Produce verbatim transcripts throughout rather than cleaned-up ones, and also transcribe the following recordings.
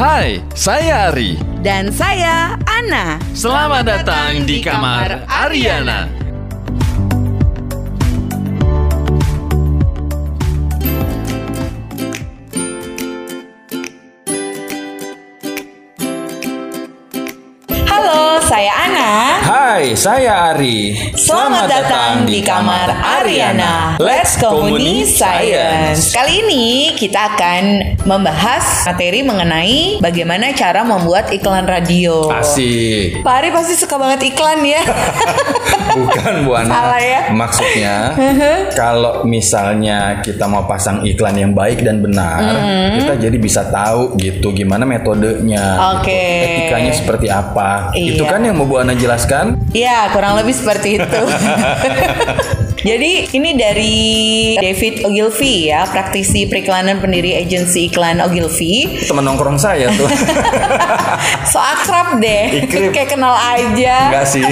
Hai, saya Ari. Dan saya Ana. Selamat datang di Kamar Ariana. Halo, saya Ana. Hai, saya Ari. Selamat, Selamat datang di Kamar Ariana. Let's Communi Science. Kali ini kita akan membahas materi mengenai bagaimana cara membuat iklan radio. Asik. Pak Ari pasti suka banget iklan ya. Bukan Bu Ana. Salah ya. Maksudnya kalau misalnya kita mau pasang iklan yang baik dan benar, mm-hmm. kita jadi bisa tahu gitu gimana metodenya, Oke. Okay. gitu. Etikanya seperti apa. Iya. Itu kan yang mau Bu Ana jelaskan? Iya, kurang lebih seperti itu. Jadi ini dari David Ogilvy ya, praktisi periklanan pendiri agensi iklan Ogilvy. Teman nongkrong saya tuh. So akrab deh. Ikrip. Kayak kenal aja. Enggak sih.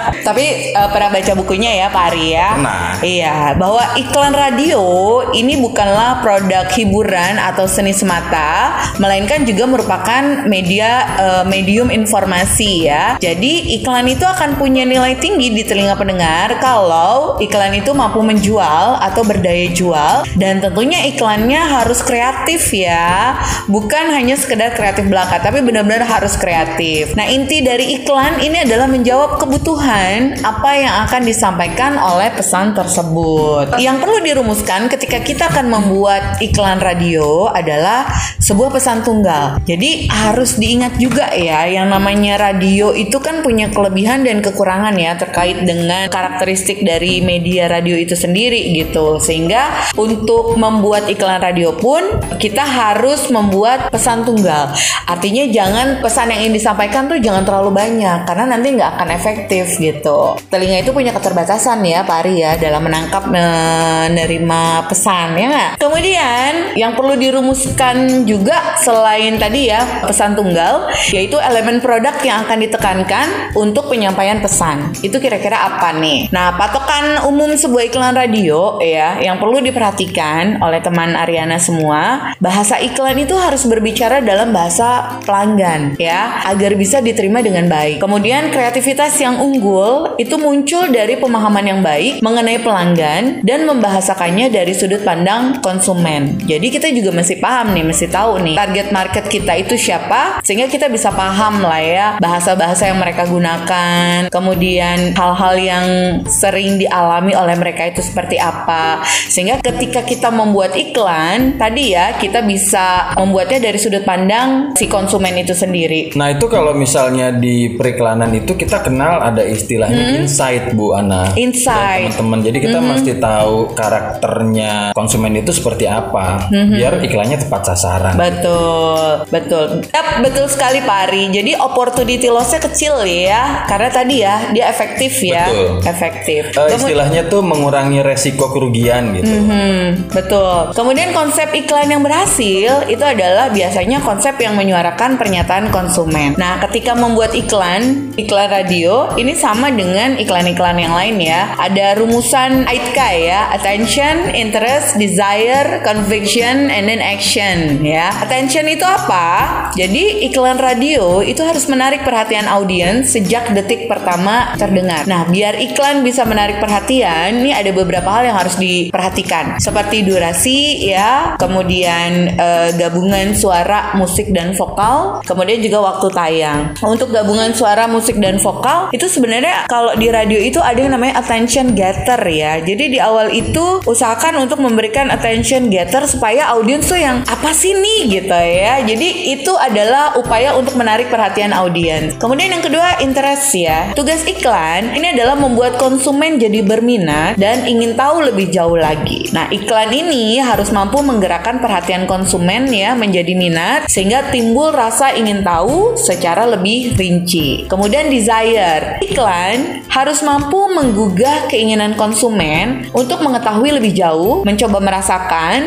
Tapi uh, pernah baca bukunya ya Pak Ari ya. Pernah. Iya, bahwa iklan radio ini bukanlah produk hiburan atau seni semata, melainkan juga merupakan media uh, medium informasi ya. Jadi iklan itu akan punya nilai tinggi di telinga pendengar kalau iklan itu mampu menjual atau berdaya jual, dan tentunya iklannya harus kreatif ya, bukan hanya sekedar kreatif belaka, tapi benar-benar harus kreatif. Nah, inti dari iklan ini adalah menjawab kebutuhan apa yang akan disampaikan oleh pesan tersebut. Yang perlu dirumuskan ketika kita akan membuat iklan radio adalah sebuah pesan tunggal. Jadi harus diingat juga ya, yang namanya radio itu kan punya kelebihan dan kekurangan ya terkait dengan karakteristik dari media radio itu sendiri gitu. Sehingga untuk membuat iklan radio pun kita harus membuat pesan tunggal. Artinya jangan pesan yang ingin disampaikan tuh jangan terlalu banyak, karena nanti nggak akan efektif gitu. Telinga itu punya keterbatasan ya Pak Ari ya dalam menangkap menerima pesan ya nggak? Kemudian yang perlu dirumuskan juga selain tadi ya pesan tunggal, yaitu elemen produk yang akan ditekankan untuk penyampaian pesan. Itu kira-kira apa nih? Nah, patokan umum sebuah iklan radio ya yang perlu diperhatikan oleh teman Ariana semua, bahasa iklan itu harus berbicara dalam bahasa pelanggan ya, agar bisa diterima dengan baik. Kemudian kreativitas yang unggul itu muncul dari pemahaman yang baik mengenai pelanggan dan membahasakannya dari sudut pandang konsumen. Jadi kita juga mesti paham nih, mesti tahu nih target market kita itu siapa, sehingga kita bisa paham lah ya bahasa-bahasa yang mereka gunakan, kemudian hal-hal yang sering dialami oleh mereka itu seperti apa, sehingga ketika kita membuat iklan tadi ya kita bisa membuatnya dari sudut pandang si konsumen itu sendiri. Nah, itu kalau misalnya di periklanan itu kita kenal ada istilahnya hmm? insight Bu Ana. Insight. Teman-teman, jadi kita hmm. mesti tahu karakternya konsumen itu seperti apa, hmm. biar iklannya tepat sasaran. Betul, betul. Yap, betul sekali Pak Ari. Jadi opportunity loss-nya kecil ya, karena tadi ya dia efektif ya. Betul. Efektif. Uh, istilahnya tuh mengurangi resiko kerugian gitu. Mm-hmm, betul. Kemudian konsep iklan yang berhasil itu adalah biasanya konsep yang menyuarakan pernyataan konsumen. Nah, ketika membuat iklan, iklan radio ini sama dengan iklan-iklan yang lain ya. Ada rumusan A I T K A ya, attention, interest, desire, conviction, and then action ya. Attention itu apa? Jadi iklan radio itu harus menarik perhatian audiens sejak detik pertama terdengar. Nah, biar iklan bisa menarik perhatian, ini ada beberapa hal yang harus diperhatikan, seperti durasi ya, kemudian eh, gabungan suara, musik dan vokal, kemudian juga waktu tayang. Untuk gabungan suara, musik dan vokal itu sebenarnya kalau di radio itu ada yang namanya attention getter ya. Jadi di awal itu usahakan untuk memberikan attention getter supaya audiens tuh yang apa sih nih gitu ya. Jadi itu adalah upaya untuk menarik perhatian audiens. Kemudian yang kedua interest ya. Tugas iklan ini adalah membuat konsumen jadi berminat dan ingin tahu lebih jauh lagi. Nah, iklan ini harus mampu menggerakkan perhatian konsumen ya menjadi minat, sehingga timbul rasa ingin tahu secara lebih rinci. Kemudian desire. Iklan harus mampu menggugah keinginan konsumen untuk mengetahui lebih jauh, mencoba merasakan,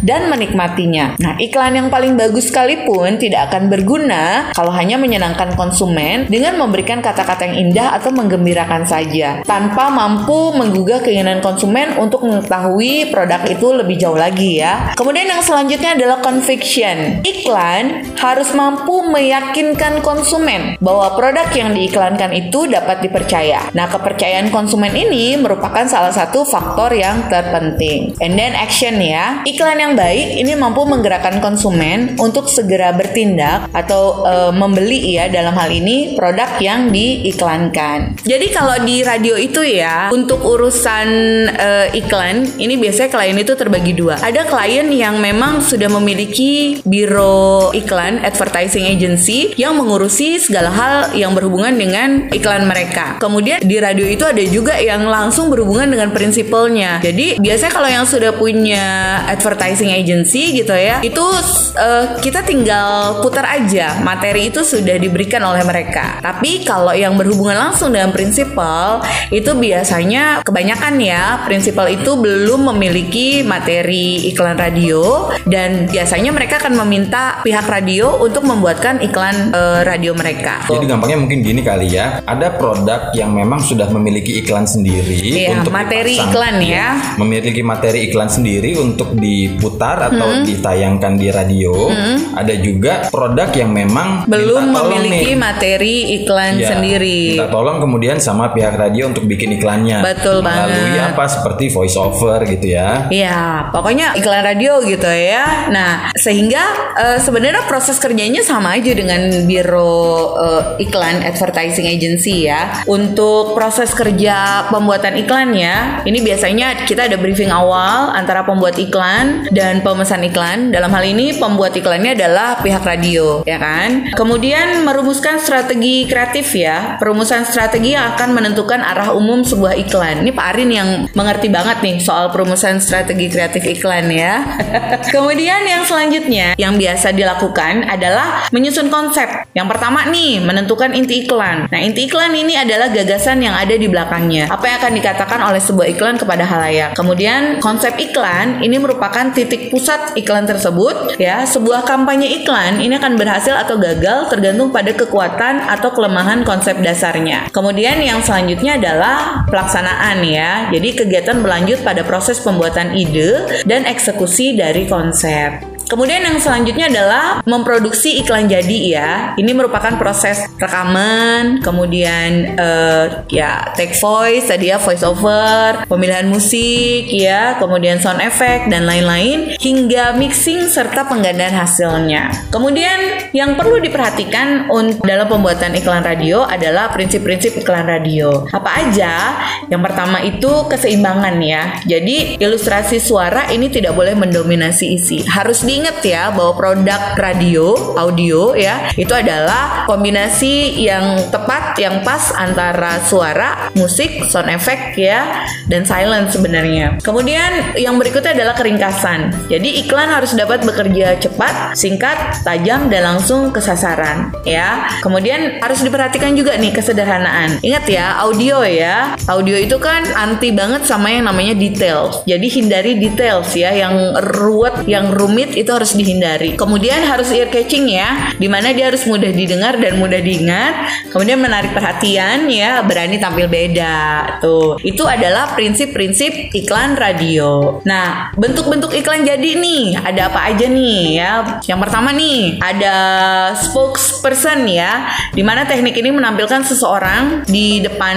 dan menikmatinya. Nah, iklan yang paling bagus sekalipun tidak akan berguna kalau hanya menyenangkan konsumen dengan memberikan kata-kata yang indah atau menggembirakan saja, tanpa mampu menggugah keinginan konsumen untuk mengetahui produk itu lebih jauh lagi ya. Kemudian yang selanjutnya adalah conviction. Iklan harus mampu meyakinkan konsumen bahwa produk yang diiklankan itu dapat dipercaya. Nah, kepercayaan konsumen ini merupakan salah satu faktor yang terpenting. And then action ya. Iklan yang baik ini mampu menggerakkan konsumen untuk segera bertindak atau e, membeli ya, dalam hal ini produk yang diiklankan. Jadi kalau di radio itu ya, untuk urusan e, iklan ini biasanya klien itu terbagi dua. Ada klien yang memang sudah memiliki biro iklan, advertising agency, yang mengurusi segala hal yang berhubungan dengan iklan mereka. Kemudian di radio itu ada juga yang langsung berhubungan dengan prinsipalnya. Jadi biasanya kalau yang sudah punya advertising agency gitu ya, itu uh, kita tinggal putar aja, materi itu sudah diberikan oleh mereka. Tapi kalau yang berhubungan langsung dengan prinsipal, itu biasanya kebanyakan ya, prinsipal itu belum memiliki materi iklan radio, dan biasanya mereka akan meminta pihak radio untuk membuatkan iklan uh, radio mereka. Jadi gampangnya mungkin gini kali ya, ada produk yang memang sudah memiliki iklan sendiri, iya, untuk materi dipasang, iklan ya, memiliki materi iklan sendiri untuk diputar atau hmm. ditayangkan di radio. hmm. Ada juga produk yang memang belum minta memiliki nih, materi iklan ya, sendiri, minta tolong kemudian sama pihak radio untuk bikin iklannya. Betul banget. Melalui apa, seperti voice over gitu ya. Iya, pokoknya iklan radio gitu ya. Nah, sehingga uh, sebenarnya proses kerjanya sama aja dengan biro uh, iklan, advertising agency ya. Untuk proses kerja pembuatan iklannya, ini biasanya kita ada briefing awal antara pembuat iklan dan pemesan iklan. Dalam hal ini pembuat iklannya adalah pihak radio, ya kan? Kemudian merumuskan strategi kreatif ya. Perumusan strategi yang akan menentukan arah umum sebuah iklan. Ini Pak Arin yang mengerti banget nih soal perumusan strategi kreatif iklan ya. Kemudian yang selanjutnya yang biasa dilakukan adalah menyusun konsep. Yang pertama nih, menentukan inti iklan. Nah, inti iklan ini adalah gagasan yang ada di belakangnya. Apa yang akan dikatakan oleh sebuah iklan kepada halayak. Kemudian konsep iklan ini merupakan titik pusat iklan tersebut ya. Sebuah kampanye iklan ini akan berhasil atau gagal tergantung pada kekuatan atau kelemahan konsep dasarnya. Kemudian yang selanjutnya adalah pelaksanaan ya. Jadi kegiatan berlanjut pada proses pembuatan ide dan eksekusi dari konsep. Kemudian yang selanjutnya adalah memproduksi iklan jadi ya. Ini merupakan proses rekaman, kemudian uh, ya take voice, tadi ya voice over, pemilihan musik ya, kemudian sound effect dan lain-lain, hingga mixing serta penggandaan hasilnya. Kemudian yang perlu diperhatikan dalam pembuatan iklan radio adalah prinsip-prinsip iklan radio. Apa aja? Yang pertama itu keseimbangan ya. Jadi ilustrasi suara ini tidak boleh mendominasi isi. Harus di Ingat ya bahwa produk radio, audio ya, itu adalah kombinasi yang tepat, yang pas antara suara, musik, sound effect ya, dan silent sebenarnya. Kemudian yang berikutnya adalah keringkasan. Jadi iklan harus dapat bekerja cepat, singkat, tajam, dan langsung ke sasaran ya. Kemudian harus diperhatikan juga nih kesederhanaan. Ingat ya, audio ya. Audio itu kan anti banget sama yang namanya details. Jadi hindari details ya, yang ruwet, yang rumit itu harus dihindari. Kemudian harus ear catching ya, dimana dia harus mudah didengar dan mudah diingat. Kemudian menarik perhatian ya, berani tampil beda. Tuh, itu adalah prinsip-prinsip iklan radio. Nah, bentuk-bentuk iklan jadi nih, ada apa aja nih ya? Yang pertama nih, ada spokesperson ya, dimana teknik ini menampilkan seseorang di depan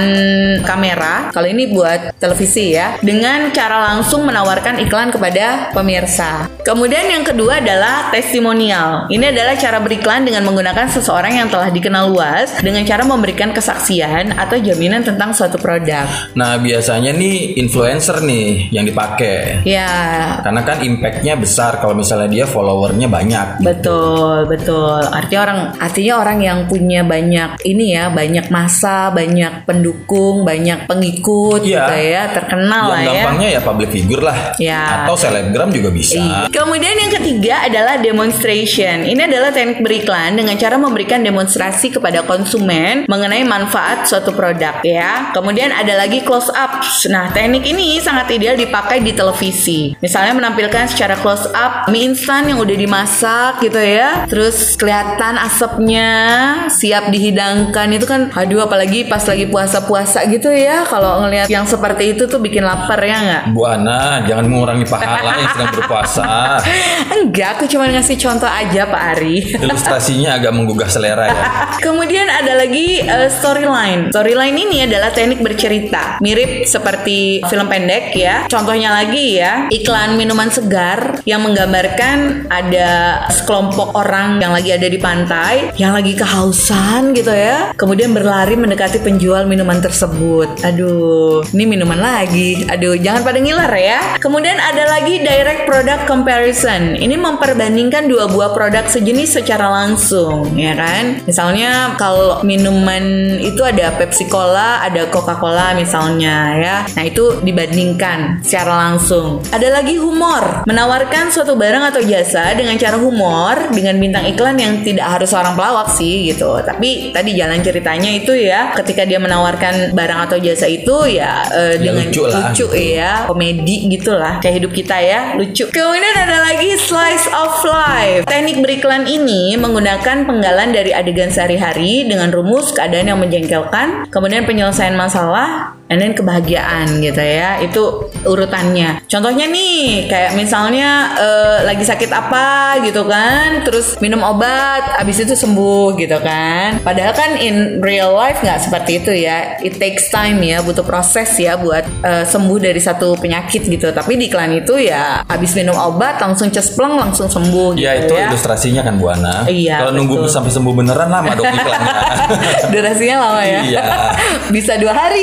kamera. Kalau ini buat televisi ya, dengan cara langsung menawarkan iklan kepada pemirsa. Kemudian yang kedua adalah testimonial. Ini adalah cara beriklan dengan menggunakan seseorang yang telah dikenal luas dengan cara memberikan kesaksian atau jaminan tentang suatu produk. Nah, biasanya nih influencer nih yang dipakai. Ya. Karena kan impact-nya besar kalau misalnya dia followernya banyak. Betul, gitu. betul. Artinya orang artinya orang yang punya banyak ini ya, banyak massa, banyak pendukung, banyak pengikut ya, gitu ya, terkenal lah ya. Gampangnya ya public figure lah. Ya. Atau selebgram juga bisa. Iya. Kemudian yang ketiga ketiga adalah demonstration. Ini adalah teknik beriklan dengan cara memberikan demonstrasi kepada konsumen mengenai manfaat suatu produk ya. Kemudian ada lagi close up. Nah, teknik ini sangat ideal dipakai di televisi. Misalnya menampilkan secara close up mie instan yang udah dimasak gitu ya. Terus kelihatan asapnya siap dihidangkan. Itu kan aduh, apalagi pas lagi puasa-puasa gitu ya. Kalau ngelihat yang seperti itu tuh bikin lapar ya nggak? Bu Ana, jangan mengurangi pahala yang sedang berpuasa. Enggak, aku cuma ngasih contoh aja Pak Ari. Ilustrasinya agak menggugah selera ya. Kemudian ada lagi uh, storyline. Storyline ini adalah teknik bercerita, mirip seperti film pendek ya. Contohnya lagi ya, iklan minuman segar yang menggambarkan ada sekelompok orang yang lagi ada di pantai, yang lagi kehausan gitu ya. Kemudian berlari mendekati penjual minuman tersebut. Aduh, ini minuman lagi. Aduh, jangan pada ngiler ya. Kemudian ada lagi direct product comparison. Ini memperbandingkan dua buah produk sejenis secara langsung, ya kan? Misalnya kalau minuman itu ada Pepsi Cola, ada Coca-Cola misalnya ya. Nah, itu dibandingkan secara langsung. Ada lagi humor. Menawarkan suatu barang atau jasa dengan cara humor dengan bintang iklan yang tidak harus seorang pelawak sih gitu. Tapi tadi jalan ceritanya itu ya, ketika dia menawarkan barang atau jasa itu ya, uh, ya dengan lucu, lah, lucu gitu. Ya, komedi gitulah kayak hidup kita ya, lucu. Kemudian ada lagi slice of life. Teknik beriklan ini menggunakan penggalan dari adegan sehari-hari dengan rumus keadaan yang menjengkelkan, kemudian penyelesaian masalah, and then kebahagiaan gitu ya. Itu urutannya. Contohnya nih, kayak misalnya uh, lagi sakit apa gitu kan, terus minum obat, abis itu sembuh gitu kan. Padahal kan in real life nggak seperti itu ya. It takes time ya, butuh proses ya buat uh, sembuh dari satu penyakit gitu. Tapi di iklan itu ya, abis minum obat langsung cespleng langsung sembuh gitu ya. Itu ya. Ilustrasinya kan Bu Ana. Iya, kalau nunggu sampai sembuh beneran lama dong iklannya. Durasinya lama ya. Iya. Bisa dua hari.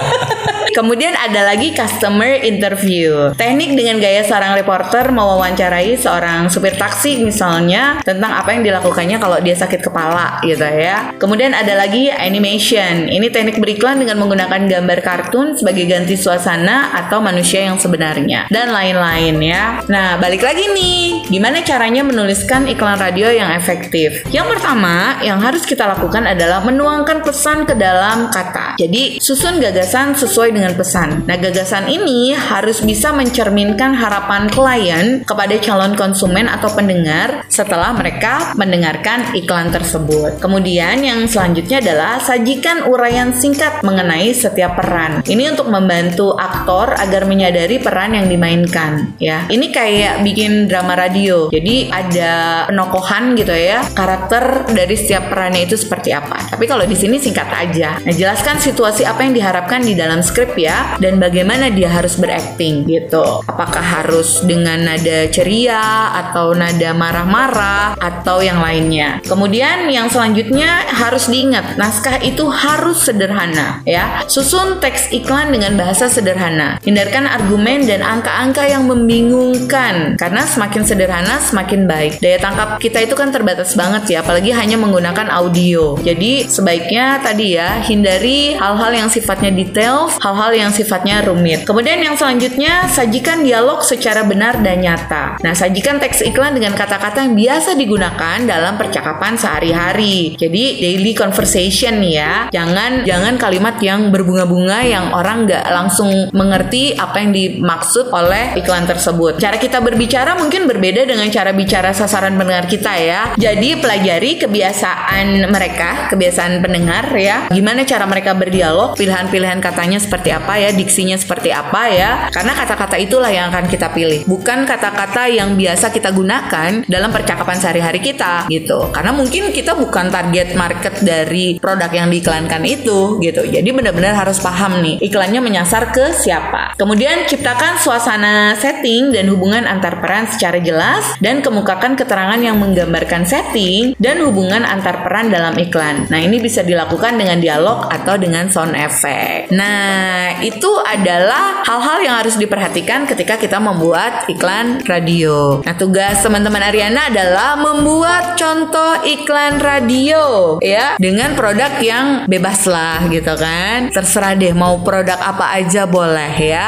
Kemudian ada lagi customer interview. Teknik dengan gaya seorang reporter mewawancarai seorang supir taksi misalnya tentang apa yang dilakukannya kalau dia sakit kepala gitu ya. Kemudian ada lagi animation. Ini teknik beriklan dengan menggunakan gambar kartun sebagai ganti suasana atau manusia yang sebenarnya dan lain-lain ya. Nah, balik lagi nih, gimana caranya menuliskan iklan radio yang efektif? Yang pertama yang harus kita lakukan adalah menuangkan pesan ke dalam kata. Jadi susun gagasan sesuai dengan pesan. Nah, gagasan ini harus bisa mencerminkan harapan klien kepada calon konsumen atau pendengar setelah mereka mendengarkan iklan tersebut. Kemudian yang selanjutnya adalah sajikan uraian singkat mengenai setiap peran. Ini untuk membantu aktor agar menyadari peran yang dimainkan ya. Ini kayak bikin drama radio. Jadi ada penokohan gitu ya, karakter dari setiap perannya itu seperti apa. Tapi kalau di sini singkat aja. Nah, jelaskan situasi apa yang diharapkan di dalam skrip ya, dan bagaimana dia harus berakting gitu. Apakah harus dengan nada ceria atau nada marah-marah atau yang lainnya. Kemudian yang selanjutnya harus diingat, naskah itu harus sederhana ya. Susun teks iklan dengan bahasa sederhana. Hindarkan argumen dan angka-angka yang membingungkan, karena semakin sederhana semakin baik. Daya tangkap kita itu kan terbatas banget ya, apalagi hanya menggunakan audio. Jadi sebaiknya tadi ya, hindari hal-hal yang sifatnya detail, hal-hal yang sifatnya rumit. Kemudian yang selanjutnya, sajikan dialog secara benar dan nyata. Nah, sajikan teks iklan dengan kata-kata yang biasa digunakan dalam percakapan sehari-hari. Jadi daily conversation nih ya. Jangan jangan kalimat yang berbunga-bunga yang orang nggak langsung mengerti apa yang dimaksud oleh iklan tersebut. Cara kita berbicara mungkin berbeda dengan cara bicara sasaran pendengar kita ya. Jadi pelajari kebiasaan mereka, kebiasaan pendengar ya. Gimana cara mereka berdialog, pilihan-pilihan katanya seperti apa ya, diksinya seperti apa ya. Karena kata-kata itulah yang akan kita pilih, bukan kata-kata yang biasa kita gunakan dalam percakapan sehari-hari kita gitu. Karena mungkin kita bukan target market dari produk yang diiklankan itu gitu. Jadi benar-benar harus paham nih, iklannya menyasar ke siapa. Kemudian ciptakan suasana setting dan hubungan antar peran secara jelas, dan kemukakan keterangan yang menggambarkan setting dan hubungan antar peran dalam iklan. Nah, ini bisa dilakukan dengan dialog atau dengan sound effect. Nah, itu adalah hal-hal yang harus diperhatikan ketika kita membuat iklan radio. Nah, tugas teman-teman Ariana adalah membuat contoh iklan radio ya, dengan produk yang bebas lah gitu kan. Terserah deh mau produk apa aja boleh ya.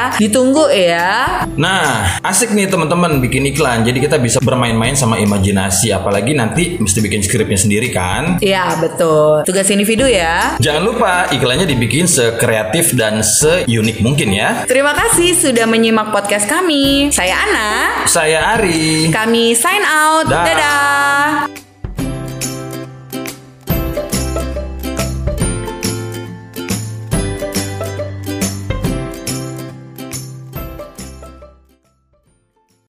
ya. Ditunggu ya. Nah, asik nih teman-teman bikin iklan. Jadi kita bisa bermain-main sama imajinasi. Apalagi nanti mesti bikin skripnya sendiri kan? Iya, betul. Tugas individu ya. Jangan lupa iklannya dibikin sekreatif dan seunik mungkin ya. Terima kasih sudah menyimak podcast kami. Saya Ana. Saya Ari. Kami sign out. Dah. Dadah.